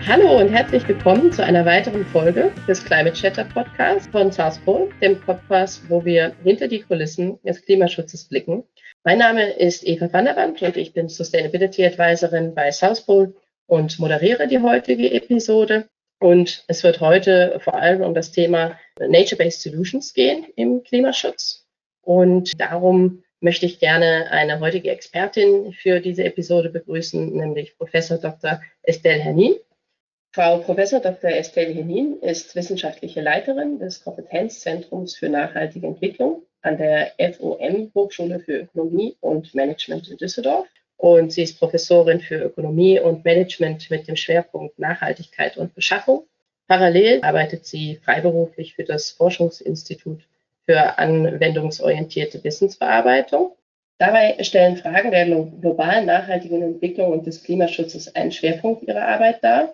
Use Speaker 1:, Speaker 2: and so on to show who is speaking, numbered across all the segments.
Speaker 1: Hallo und herzlich willkommen zu einer weiteren Folge des Climate Chatter Podcasts von South Pole, dem Podcast, wo wir hinter die Kulissen des Klimaschutzes blicken. Mein Name ist Eva van der Wand und ich bin Sustainability Advisorin bei South Pole und moderiere die heutige Episode. Und es wird heute vor allem um das Thema Nature-Based Solutions gehen im Klimaschutz. Und darum möchte ich gerne eine heutige Expertin für diese Episode begrüßen, nämlich Professor Dr. Estelle Hernin. Frau Professor Dr. Estelle Hernin ist wissenschaftliche Leiterin des Kompetenzzentrums für nachhaltige Entwicklung an der FOM Hochschule für Ökonomie und Management in Düsseldorf. Und sie ist Professorin für Ökonomie und Management mit dem Schwerpunkt Nachhaltigkeit und Beschaffung. Parallel arbeitet sie freiberuflich für das Forschungsinstitut für anwendungsorientierte Wissensverarbeitung. Dabei stellen Fragen der globalen nachhaltigen Entwicklung und des Klimaschutzes einen Schwerpunkt ihrer Arbeit dar.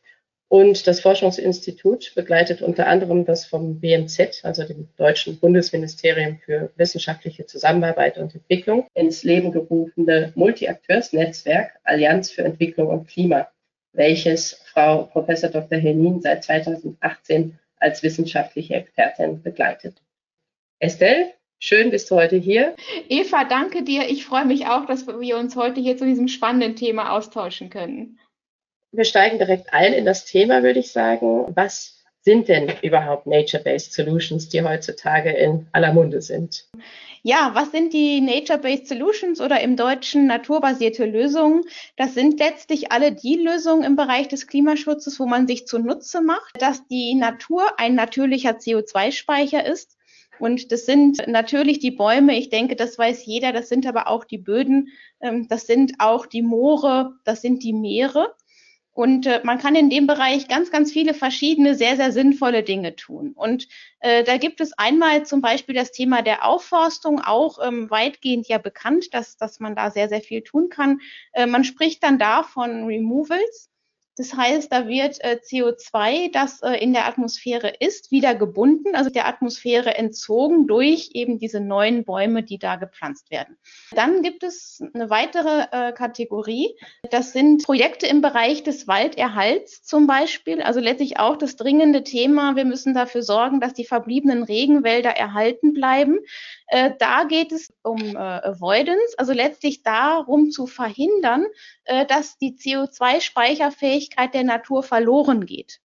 Speaker 1: Und das Forschungsinstitut begleitet unter anderem das vom BMZ, also dem Deutschen Bundesministerium für wissenschaftliche Zusammenarbeit und Entwicklung, ins Leben gerufene Multi-Akteurs-Netzwerk Allianz für Entwicklung und Klima, welches Frau Professor Dr. Hernin seit 2018 als wissenschaftliche Expertin begleitet. Estelle, schön bist du heute hier.
Speaker 2: Eva, danke dir. Ich freue mich auch, dass wir uns heute hier zu diesem spannenden Thema austauschen können.
Speaker 1: Wir steigen direkt ein in das Thema, würde ich sagen. Was sind denn überhaupt Nature-Based Solutions, die heutzutage in aller Munde sind?
Speaker 2: Ja, was sind die Nature-Based Solutions oder im Deutschen naturbasierte Lösungen? Das sind letztlich alle die Lösungen im Bereich des Klimaschutzes, wo man sich zunutze macht, dass die Natur ein natürlicher CO2-Speicher ist. Und das sind natürlich die Bäume, ich denke, das weiß jeder, das sind aber auch die Böden, das sind auch die Moore, das sind die Meere. Und man kann in dem Bereich ganz, ganz viele verschiedene, sehr, sehr sinnvolle Dinge tun. Und da gibt es einmal zum Beispiel das Thema der Aufforstung, auch weitgehend ja bekannt, dass man da sehr, sehr viel tun kann. Man spricht dann da von Removals. Das heißt, da wird CO2, das in der Atmosphäre ist, wieder gebunden, also der Atmosphäre entzogen durch eben diese neuen Bäume, die da gepflanzt werden. Dann gibt es eine weitere Kategorie. Das sind Projekte im Bereich des Walderhalts zum Beispiel, also letztlich auch das dringende Thema. Wir müssen dafür sorgen, dass die verbliebenen Regenwälder erhalten bleiben. Da geht es um Avoidance, also letztlich darum zu verhindern, dass die CO2-Speicherfähigkeit der Natur verloren geht.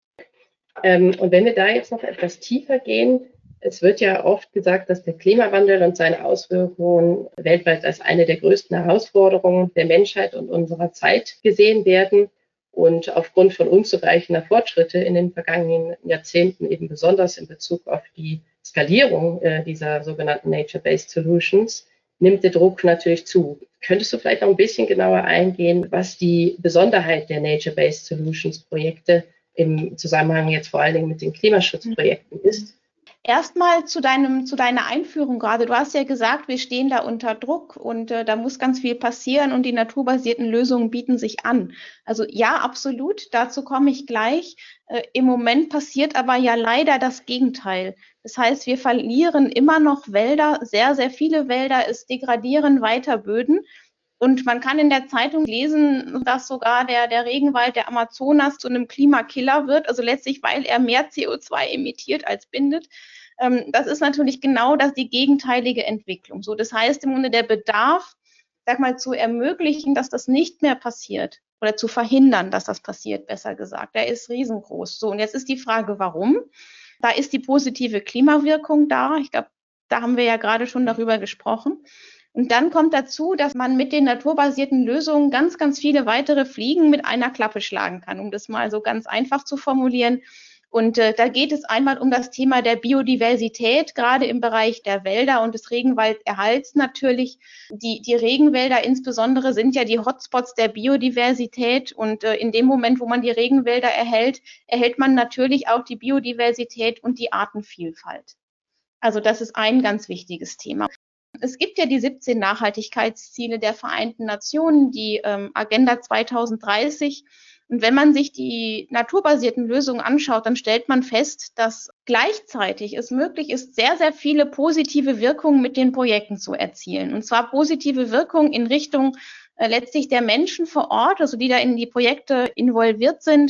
Speaker 1: Und wenn wir da jetzt noch etwas tiefer gehen, es wird ja oft gesagt, dass der Klimawandel und seine Auswirkungen weltweit als eine der größten Herausforderungen der Menschheit und unserer Zeit gesehen werden und aufgrund von unzureichender Fortschritte in den vergangenen Jahrzehnten eben besonders in Bezug auf die Skalierung dieser sogenannten Nature-Based Solutions nimmt der Druck natürlich zu. Könntest du vielleicht noch ein bisschen genauer eingehen, was die Besonderheit der Nature-Based Solutions Projekte im Zusammenhang jetzt vor allen Dingen mit den Klimaschutzprojekten ist?
Speaker 2: Erstmal zu deiner Einführung gerade. Du hast ja gesagt, wir stehen da unter Druck und da muss ganz viel passieren und die naturbasierten Lösungen bieten sich an. Also ja, absolut, dazu komme ich gleich. Im Moment passiert aber ja leider das Gegenteil. Das heißt, wir verlieren immer noch Wälder, sehr, sehr viele Wälder, es degradieren weiter Böden. Und man kann in der Zeitung lesen, dass sogar der Regenwald der Amazonas zu einem Klimakiller wird, also letztlich, weil er mehr CO2 emittiert als bindet. Das ist natürlich genau die gegenteilige Entwicklung. So, das heißt im Grunde der Bedarf, sag mal, zu ermöglichen, dass das nicht mehr passiert oder zu verhindern, dass das passiert, besser gesagt, der ist riesengroß. So, und jetzt ist die Frage, warum? Da ist die positive Klimawirkung da. Ich glaube, da haben wir ja gerade schon darüber gesprochen. Und dann kommt dazu, dass man mit den naturbasierten Lösungen ganz, ganz viele weitere Fliegen mit einer Klappe schlagen kann, um das mal so ganz einfach zu formulieren. Und da geht es einmal um das Thema der Biodiversität, gerade im Bereich der Wälder und des Regenwalderhalts natürlich. Die Regenwälder insbesondere sind ja die Hotspots der Biodiversität. Und in dem Moment, wo man die Regenwälder erhält, erhält man natürlich auch die Biodiversität und die Artenvielfalt. Also das ist ein ganz wichtiges Thema. Es gibt ja die 17 Nachhaltigkeitsziele der Vereinten Nationen, die Agenda 2030. Und wenn man sich die naturbasierten Lösungen anschaut, dann stellt man fest, dass gleichzeitig es möglich ist, sehr, sehr viele positive Wirkungen mit den Projekten zu erzielen. Und zwar positive Wirkungen in Richtung letztlich der Menschen vor Ort, also die da in die Projekte involviert sind,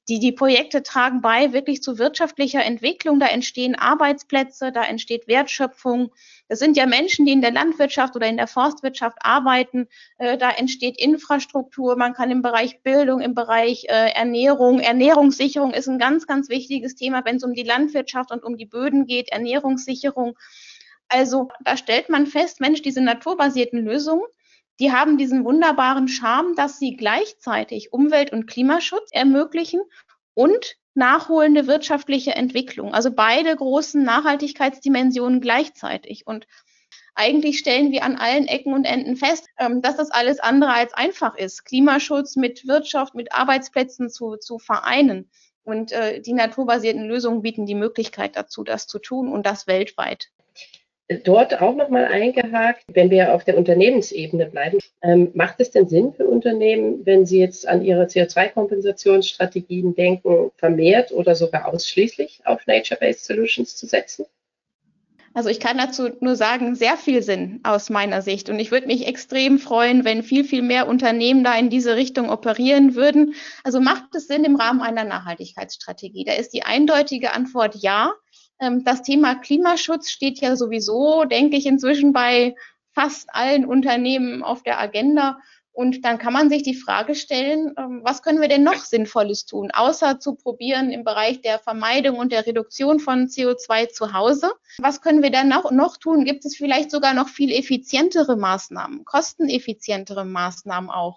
Speaker 2: Die Projekte tragen bei wirklich zu wirtschaftlicher Entwicklung. Da entstehen Arbeitsplätze, da entsteht Wertschöpfung. Das sind ja Menschen, die in der Landwirtschaft oder in der Forstwirtschaft arbeiten. Da entsteht Infrastruktur. Man kann im Bereich Bildung, im Bereich Ernährung, Ernährungssicherung ist ein ganz, ganz wichtiges Thema, wenn es um die Landwirtschaft und um die Böden geht, Ernährungssicherung. Also da stellt man fest, Mensch, diese naturbasierten Lösungen, die haben diesen wunderbaren Charme, dass sie gleichzeitig Umwelt- und Klimaschutz ermöglichen und nachholende wirtschaftliche Entwicklung. Also beide großen Nachhaltigkeitsdimensionen gleichzeitig. Und eigentlich stellen wir an allen Ecken und Enden fest, dass das alles andere als einfach ist, Klimaschutz mit Wirtschaft, mit Arbeitsplätzen zu vereinen. Und die naturbasierten Lösungen bieten die Möglichkeit dazu, das zu tun und das weltweit.
Speaker 1: Dort auch nochmal eingehakt, wenn wir auf der Unternehmensebene bleiben, macht es denn Sinn für Unternehmen, wenn sie jetzt an ihre CO2-Kompensationsstrategien denken, vermehrt oder sogar ausschließlich auf Nature-Based Solutions zu setzen?
Speaker 2: Also ich kann dazu nur sagen, sehr viel Sinn aus meiner Sicht. Und ich würde mich extrem freuen, wenn viel, viel mehr Unternehmen da in diese Richtung operieren würden. Also macht es Sinn im Rahmen einer Nachhaltigkeitsstrategie? Da ist die eindeutige Antwort ja. Das Thema Klimaschutz steht ja sowieso, denke ich, inzwischen bei fast allen Unternehmen auf der Agenda. Und dann kann man sich die Frage stellen, was können wir denn noch Sinnvolles tun, außer zu probieren im Bereich der Vermeidung und der Reduktion von CO2 zu Hause? Was können wir dann noch tun? Gibt es vielleicht sogar noch viel effizientere Maßnahmen, kosteneffizientere Maßnahmen auch,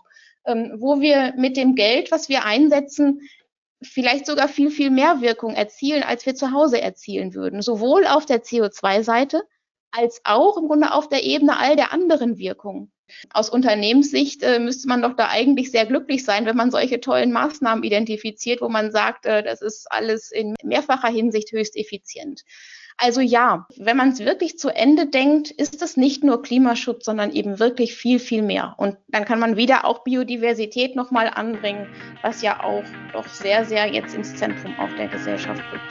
Speaker 2: wo wir mit dem Geld, was wir einsetzen, vielleicht sogar viel, viel mehr Wirkung erzielen, als wir zu Hause erzielen würden, sowohl auf der CO2-Seite als auch im Grunde auf der Ebene all der anderen Wirkungen. Aus Unternehmenssicht müsste man doch da eigentlich sehr glücklich sein, wenn man solche tollen Maßnahmen identifiziert, wo man sagt, das ist alles in mehrfacher Hinsicht höchst effizient. Also ja, wenn man es wirklich zu Ende denkt, ist es nicht nur Klimaschutz, sondern eben wirklich viel, viel mehr. Und dann kann man wieder auch Biodiversität nochmal anbringen, was ja auch doch sehr, sehr jetzt ins Zentrum auch der Gesellschaft rückt.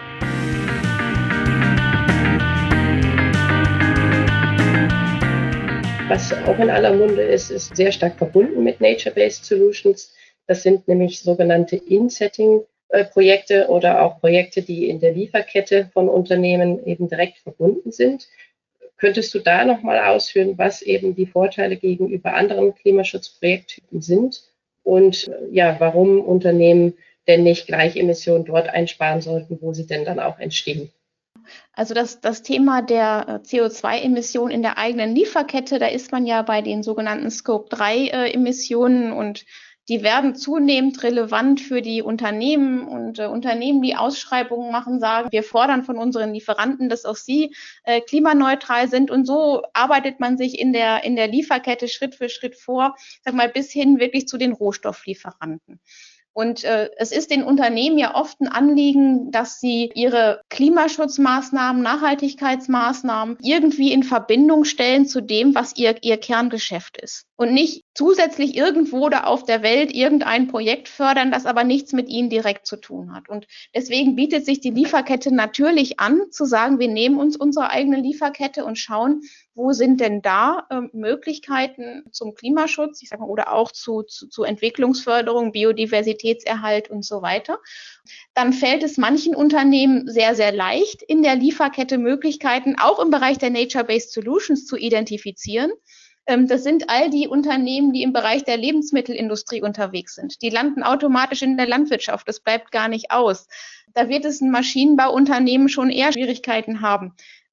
Speaker 1: Was auch in aller Munde ist sehr stark verbunden mit Nature-Based Solutions. Das sind nämlich sogenannte In-Setting-Projekte oder auch Projekte, die in der Lieferkette von Unternehmen eben direkt verbunden sind. Könntest du da nochmal ausführen, was eben die Vorteile gegenüber anderen Klimaschutzprojekten sind und ja, warum Unternehmen denn nicht gleich Emissionen dort einsparen sollten, wo sie denn dann auch entstehen?
Speaker 2: Also das Thema der CO2-Emissionen in der eigenen Lieferkette, da ist man ja bei den sogenannten Scope-3-Emissionen und die werden zunehmend relevant für die Unternehmen und Unternehmen, die Ausschreibungen machen, sagen, wir fordern von unseren Lieferanten, dass auch sie klimaneutral sind und so arbeitet man sich in der Lieferkette Schritt für Schritt vor, sag mal, bis hin wirklich zu den Rohstofflieferanten. Und es ist den Unternehmen ja oft ein Anliegen, dass sie ihre Klimaschutzmaßnahmen, Nachhaltigkeitsmaßnahmen irgendwie in Verbindung stellen zu dem, was ihr Kerngeschäft ist. Und nicht zusätzlich irgendwo da auf der Welt irgendein Projekt fördern, das aber nichts mit ihnen direkt zu tun hat. Und deswegen bietet sich die Lieferkette natürlich an, zu sagen, wir nehmen uns unsere eigene Lieferkette und schauen, wo sind denn da Möglichkeiten zum Klimaschutz, ich sag mal, oder auch zu Entwicklungsförderung, Biodiversitätserhalt und so weiter. Dann fällt es manchen Unternehmen sehr, sehr leicht, in der Lieferkette Möglichkeiten auch im Bereich der Nature-Based Solutions zu identifizieren. Das sind all die Unternehmen, die im Bereich der Lebensmittelindustrie unterwegs sind. Die landen automatisch in der Landwirtschaft. Das bleibt gar nicht aus. Da wird es ein Maschinenbauunternehmen schon eher Schwierigkeiten haben,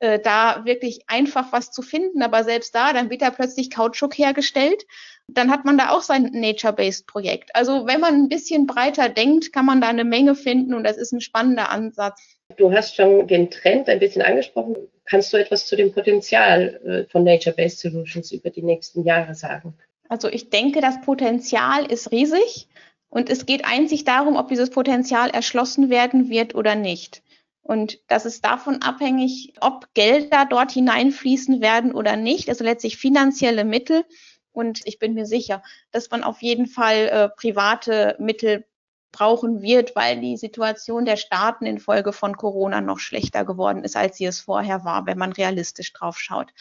Speaker 2: da wirklich einfach was zu finden. Aber selbst da, dann wird da plötzlich Kautschuk hergestellt. Dann hat man da auch sein Nature-Based Projekt. Also wenn man ein bisschen breiter denkt, kann man da eine Menge finden und das ist ein spannender Ansatz.
Speaker 1: Du hast schon den Trend ein bisschen angesprochen. Kannst du etwas zu dem Potenzial von Nature-Based Solutions über die nächsten Jahre sagen?
Speaker 2: Also ich denke, das Potenzial ist riesig und es geht einzig darum, ob dieses Potenzial erschlossen werden wird oder nicht. Und das ist davon abhängig, ob Gelder dort hineinfließen werden oder nicht, also letztlich finanzielle Mittel. Und ich bin mir sicher, dass man auf jeden Fall private Mittel brauchen wird, weil die Situation der Staaten infolge von Corona noch schlechter geworden ist, als sie es vorher war, wenn man realistisch drauf schaut.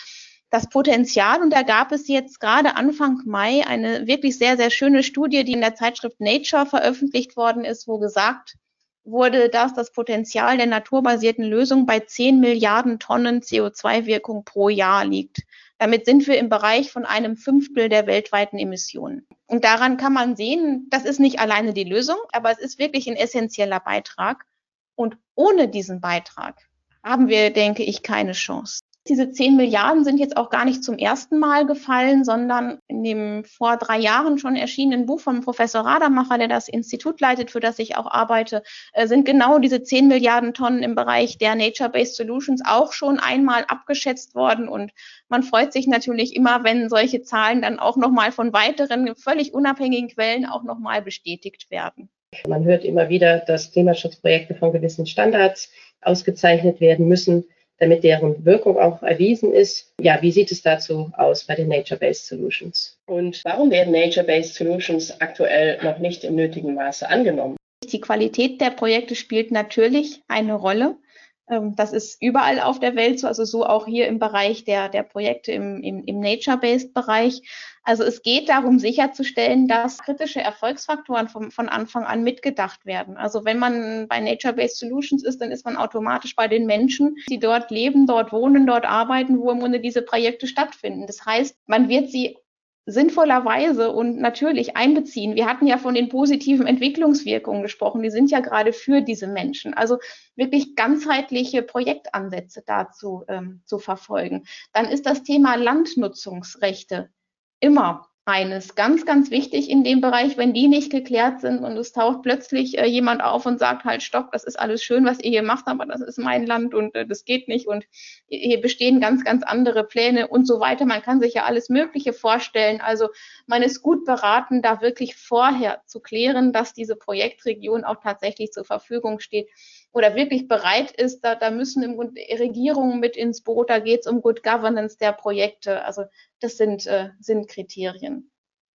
Speaker 2: das Potenzial, und da gab es jetzt gerade Anfang Mai eine wirklich sehr, sehr schöne Studie, die in der Zeitschrift Nature veröffentlicht worden ist, wo gesagt wurde, dass das Potenzial der naturbasierten Lösung bei 10 Milliarden Tonnen CO2-Wirkung pro Jahr liegt. Damit sind wir im Bereich von einem Fünftel der weltweiten Emissionen. Und daran kann man sehen, das ist nicht alleine die Lösung, aber es ist wirklich ein essentieller Beitrag. Und ohne diesen Beitrag haben wir, denke ich, keine Chance. Diese 10 Milliarden sind jetzt auch gar nicht zum ersten Mal gefallen, sondern in dem vor 3 Jahren schon erschienenen Buch vom Professor Radermacher, der das Institut leitet, für das ich auch arbeite, sind genau diese 10 Milliarden Tonnen im Bereich der Nature-Based Solutions auch schon einmal abgeschätzt worden. Und man freut sich natürlich immer, wenn solche Zahlen dann auch nochmal von weiteren, völlig unabhängigen Quellen auch nochmal bestätigt werden.
Speaker 1: Man hört immer wieder, dass Klimaschutzprojekte von gewissen Standards ausgezeichnet werden müssen, damit deren Wirkung auch erwiesen ist. Ja, wie sieht es dazu aus bei den Nature-Based Solutions? Und warum werden Nature-Based Solutions aktuell noch nicht im nötigen Maße angenommen?
Speaker 2: Die Qualität der Projekte spielt natürlich eine Rolle. Das ist überall auf der Welt so, also so auch hier im Bereich der Projekte im Nature-Based-Bereich. Also es geht darum, sicherzustellen, dass kritische Erfolgsfaktoren von Anfang an mitgedacht werden. Also wenn man bei Nature-Based Solutions ist, dann ist man automatisch bei den Menschen, die dort leben, dort wohnen, dort arbeiten, wo im Grunde diese Projekte stattfinden. Das heißt, man wird sie sinnvollerweise und natürlich einbeziehen. Wir hatten ja von den positiven Entwicklungswirkungen gesprochen. Die sind ja gerade für diese Menschen. Also wirklich ganzheitliche Projektansätze dazu zu verfolgen. Dann ist das Thema Landnutzungsrechte immer eines ganz, ganz wichtig in dem Bereich, wenn die nicht geklärt sind und es taucht plötzlich jemand auf und sagt halt, stopp, das ist alles schön, was ihr hier macht, aber das ist mein Land und das geht nicht und hier bestehen ganz, ganz andere Pläne und so weiter. Man kann sich ja alles Mögliche vorstellen. Also man ist gut beraten, da wirklich vorher zu klären, dass diese Projektregion auch tatsächlich zur Verfügung steht oder wirklich bereit ist. Da müssen im Grunde Regierungen mit ins Boot, da geht es um Good Governance der Projekte. Also das sind Kriterien.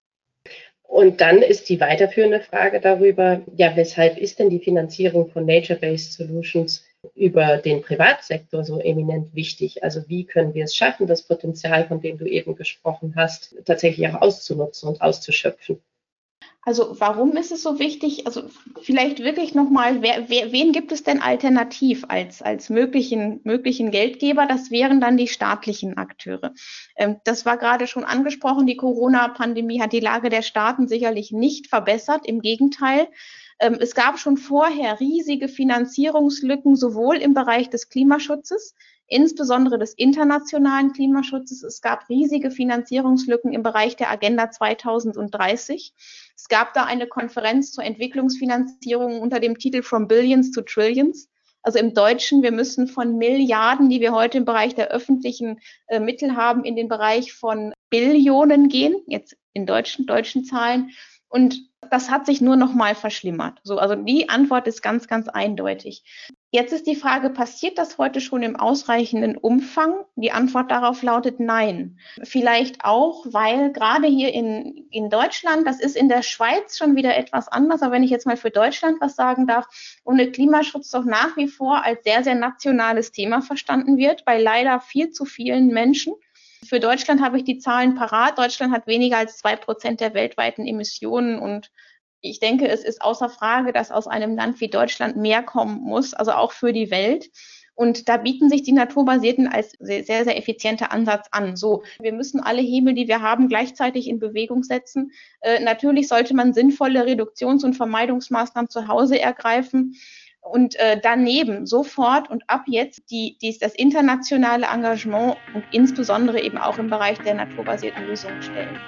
Speaker 1: Und dann ist die weiterführende Frage darüber, ja, weshalb ist denn die Finanzierung von Nature-Based Solutions über den Privatsektor so eminent wichtig? Also wie können wir es schaffen, das Potenzial, von dem du eben gesprochen hast, tatsächlich auch auszunutzen und auszuschöpfen?
Speaker 2: Also warum ist es so wichtig? Also vielleicht wirklich nochmal, wen gibt es denn alternativ als möglichen Geldgeber? Das wären dann die staatlichen Akteure. Das war gerade schon angesprochen, die Corona-Pandemie hat die Lage der Staaten sicherlich nicht verbessert, im Gegenteil. Es gab schon vorher riesige Finanzierungslücken, sowohl im Bereich des Klimaschutzes, insbesondere des internationalen Klimaschutzes. Es gab riesige Finanzierungslücken im Bereich der Agenda 2030. Es gab da eine Konferenz zur Entwicklungsfinanzierung unter dem Titel From Billions to Trillions. Also im Deutschen, wir müssen von Milliarden, die wir heute im Bereich der öffentlichen Mittel haben, in den Bereich von Billionen gehen, jetzt in deutschen Zahlen. Und das hat sich nur noch mal verschlimmert. So, also die Antwort ist ganz, ganz eindeutig. Jetzt ist die Frage, passiert das heute schon im ausreichenden Umfang? Die Antwort darauf lautet nein. Vielleicht auch, weil gerade hier in Deutschland, das ist in der Schweiz schon wieder etwas anders, aber wenn ich jetzt mal für Deutschland was sagen darf, ohne Klimaschutz doch nach wie vor als sehr, sehr nationales Thema verstanden wird, bei leider viel zu vielen Menschen. Für Deutschland habe ich die Zahlen parat. Deutschland hat weniger als 2% der weltweiten Emissionen und ich denke, es ist außer Frage, dass aus einem Land wie Deutschland mehr kommen muss, also auch für die Welt. Und da bieten sich die naturbasierten als sehr, sehr effizienter Ansatz an. So, wir müssen alle Hebel, die wir haben, gleichzeitig in Bewegung setzen. Natürlich sollte man sinnvolle Reduktions- und Vermeidungsmaßnahmen zu Hause ergreifen. Und daneben sofort und ab jetzt das internationale Engagement und insbesondere eben auch im Bereich der naturbasierten Lösungen stellen.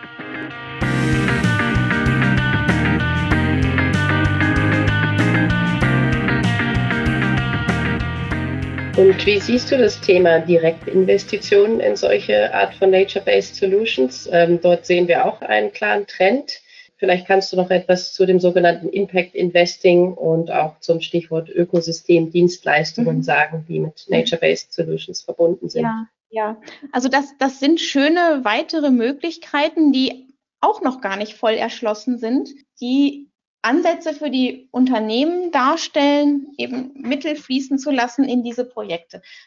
Speaker 1: Und wie siehst du das Thema Direktinvestitionen in solche Art von Nature-Based Solutions? Dort sehen wir auch einen klaren Trend. Vielleicht kannst du noch etwas zu dem sogenannten Impact Investing und auch zum Stichwort Ökosystem-Dienstleistungen sagen, die mit Nature-Based Solutions verbunden sind.
Speaker 2: Ja. Also das sind schöne weitere Möglichkeiten, die auch noch gar nicht voll erschlossen sind, die Ansätze für die Unternehmen darstellen, eben Mittel fließen zu lassen in diese Projekte.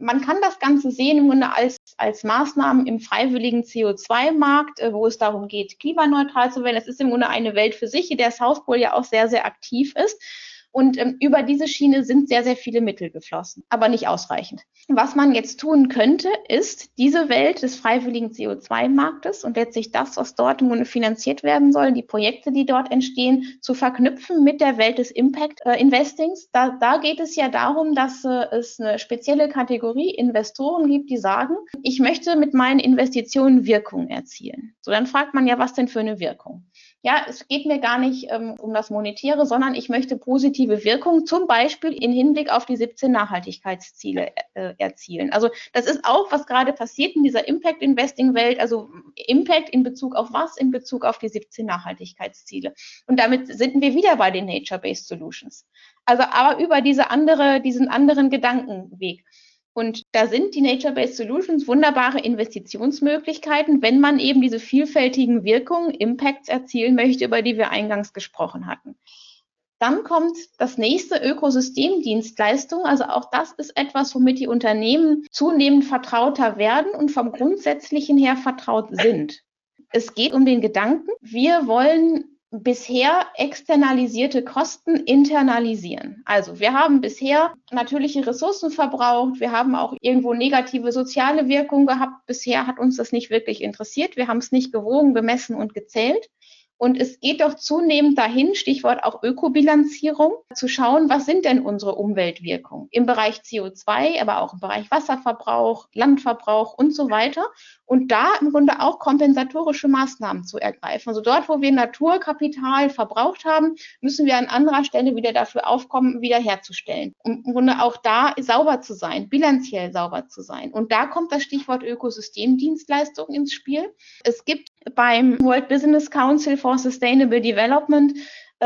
Speaker 2: man kann das Ganze sehen im Grunde als Maßnahmen im freiwilligen CO2-Markt, wo es darum geht, klimaneutral zu werden. Es ist im Grunde eine Welt für sich, in der South Pole ja auch sehr, sehr aktiv ist. Und über diese Schiene sind sehr, sehr viele Mittel geflossen, aber nicht ausreichend. Was man jetzt tun könnte, ist diese Welt des freiwilligen CO2-Marktes und letztlich das, was dort im Grunde finanziert werden soll, die Projekte, die dort entstehen, zu verknüpfen mit der Welt des Impact-Investings. Da geht es ja darum, dass es eine spezielle Kategorie Investoren gibt, die sagen, ich möchte mit meinen Investitionen Wirkung erzielen. So, dann fragt man ja, was denn für eine Wirkung? Ja, es geht mir gar nicht um das Monetäre, sondern ich möchte positive Wirkung, zum Beispiel in Hinblick auf die 17 Nachhaltigkeitsziele erzielen. Also das ist auch, was gerade passiert in dieser Impact-Investing-Welt, also Impact in Bezug auf was? In Bezug auf die 17 Nachhaltigkeitsziele. Und damit sind wir wieder bei den Nature-Based Solutions. Also aber über diesen anderen Gedankenweg. Und da sind die Nature-Based Solutions wunderbare Investitionsmöglichkeiten, wenn man eben diese vielfältigen Wirkungen, Impacts erzielen möchte, über die wir eingangs gesprochen hatten. Dann kommt das nächste, Ökosystemdienstleistung. Also auch das ist etwas, womit die Unternehmen zunehmend vertrauter werden und vom Grundsätzlichen her vertraut sind. Es geht um den Gedanken, wir wollen bisher externalisierte Kosten internalisieren. Also wir haben bisher natürliche Ressourcen verbraucht, wir haben auch irgendwo negative soziale Wirkung gehabt. Bisher hat uns das nicht wirklich interessiert, wir haben es nicht gewogen, bemessen und gezählt. Und es geht doch zunehmend dahin, Stichwort auch Ökobilanzierung, zu schauen, was sind denn unsere Umweltwirkungen im Bereich CO2, aber auch im Bereich Wasserverbrauch, Landverbrauch und so weiter. Und da im Grunde auch kompensatorische Maßnahmen zu ergreifen. Also dort, wo wir Naturkapital verbraucht haben, müssen wir an anderer Stelle wieder dafür aufkommen, wiederherzustellen. Um im Grunde auch da sauber zu sein, bilanziell sauber zu sein. Und da kommt das Stichwort Ökosystemdienstleistung ins Spiel. Es gibt beim World Business Council for Sustainable Development,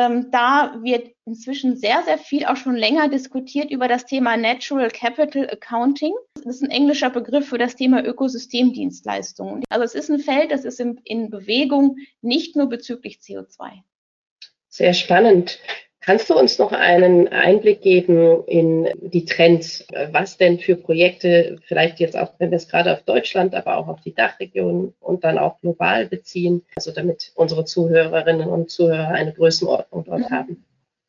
Speaker 2: da wird inzwischen sehr, sehr viel auch schon länger diskutiert über das Thema Natural Capital Accounting. Das ist ein englischer Begriff für das Thema Ökosystemdienstleistungen. Also es ist ein Feld, das ist in Bewegung, nicht nur bezüglich CO2.
Speaker 1: Sehr spannend. Kannst du uns noch einen Einblick geben in die Trends? Was denn für Projekte, vielleicht jetzt auch, wenn wir es gerade auf Deutschland, aber auch auf die Dachregion und dann auch global beziehen, also damit unsere Zuhörerinnen und Zuhörer eine Größenordnung dort haben?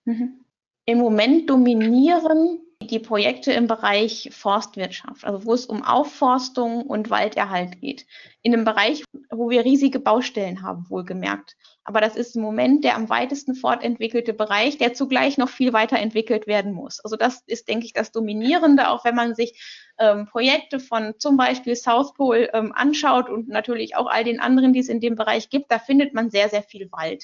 Speaker 2: Im Moment dominieren die Projekte im Bereich Forstwirtschaft, also wo es um Aufforstung und Walderhalt geht. In einem Bereich, wo wir riesige Baustellen haben, wohlgemerkt. Aber das ist im Moment der am weitesten fortentwickelte Bereich, der zugleich noch viel weiterentwickelt werden muss. Also das ist, denke ich, das Dominierende, auch wenn man sich Projekte von zum Beispiel South Pole anschaut und natürlich auch all den anderen, die es in dem Bereich gibt, da findet man sehr, sehr viel Wald.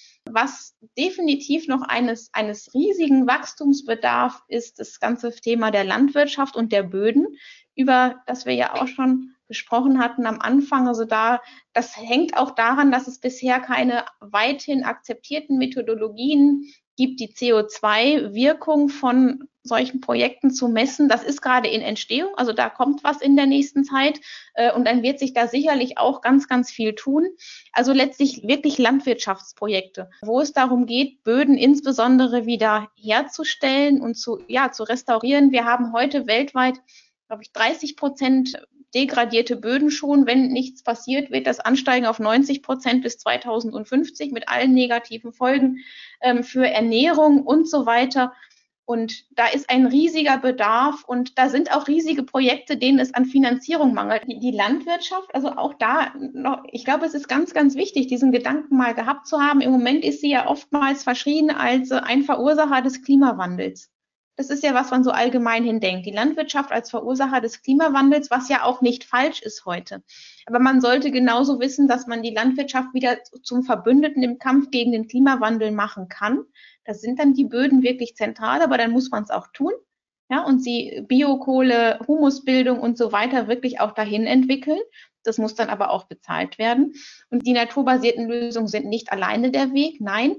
Speaker 2: Was definitiv noch eines riesigen Wachstums bedarf, ist das ganze Thema der Landwirtschaft und der Böden, über das wir ja auch schon gesprochen hatten am Anfang. Also das hängt auch daran, dass es bisher keine weithin akzeptierten Methodologien gibt, die CO2-Wirkung von solchen Projekten zu messen. Das ist gerade in Entstehung, also da kommt was in der nächsten Zeit und dann wird sich da sicherlich auch ganz, ganz viel tun. Also letztlich wirklich Landwirtschaftsprojekte, wo es darum geht, Böden insbesondere wieder herzustellen und zu restaurieren. Wir haben heute weltweit, glaube ich, 30% degradierte Böden schon. Wenn nichts passiert, wird das ansteigen auf 90% bis 2050 mit allen negativen Folgen für Ernährung und so weiter. Und da ist ein riesiger Bedarf und da sind auch riesige Projekte, denen es an Finanzierung mangelt. Die Landwirtschaft, also auch da noch, ich glaube, es ist ganz, ganz wichtig, diesen Gedanken mal gehabt zu haben. Im Moment ist sie ja oftmals verschrien als ein Verursacher des Klimawandels. Das ist ja, was man so allgemein hindenkt. Die Landwirtschaft als Verursacher des Klimawandels, was ja auch nicht falsch ist heute. Aber man sollte genauso wissen, dass man die Landwirtschaft wieder zum Verbündeten im Kampf gegen den Klimawandel machen kann. Da sind dann die Böden wirklich zentral, aber dann muss man es auch tun. Ja, und sie Biokohle, Humusbildung und so weiter wirklich auch dahin entwickeln. Das muss dann aber auch bezahlt werden. Und die naturbasierten Lösungen sind nicht alleine der Weg. Nein,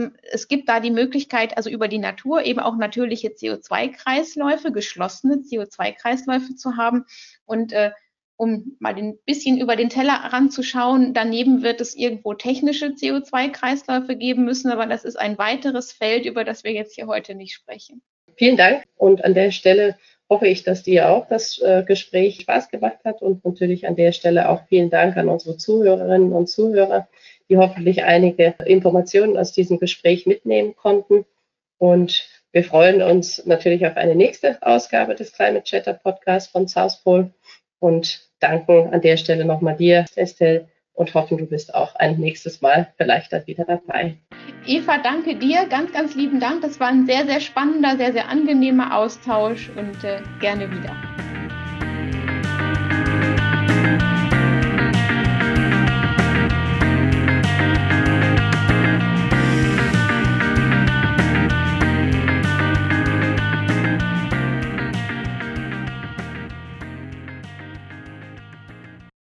Speaker 2: es gibt da die Möglichkeit, also über die Natur eben auch natürliche CO2-Kreisläufe, geschlossene CO2-Kreisläufe zu haben. Und um mal ein bisschen über den Tellerrand zu schauen, daneben wird es irgendwo technische CO2-Kreisläufe geben müssen, aber das ist ein weiteres Feld, über das wir jetzt hier heute nicht sprechen.
Speaker 1: Vielen Dank. Und an der Stelle hoffe ich, dass dir auch das Gespräch Spaß gemacht hat und natürlich an der Stelle auch vielen Dank an unsere Zuhörerinnen und Zuhörer, die hoffentlich einige Informationen aus diesem Gespräch mitnehmen konnten. Und wir freuen uns natürlich auf eine nächste Ausgabe des Climate Chatter Podcasts von South Pole und danken an der Stelle nochmal dir, Estelle, und hoffen, du bist auch ein nächstes Mal vielleicht dann wieder dabei.
Speaker 2: Eva, danke dir. Ganz, ganz lieben Dank. Das war ein sehr, sehr spannender, sehr, sehr angenehmer Austausch und gerne wieder.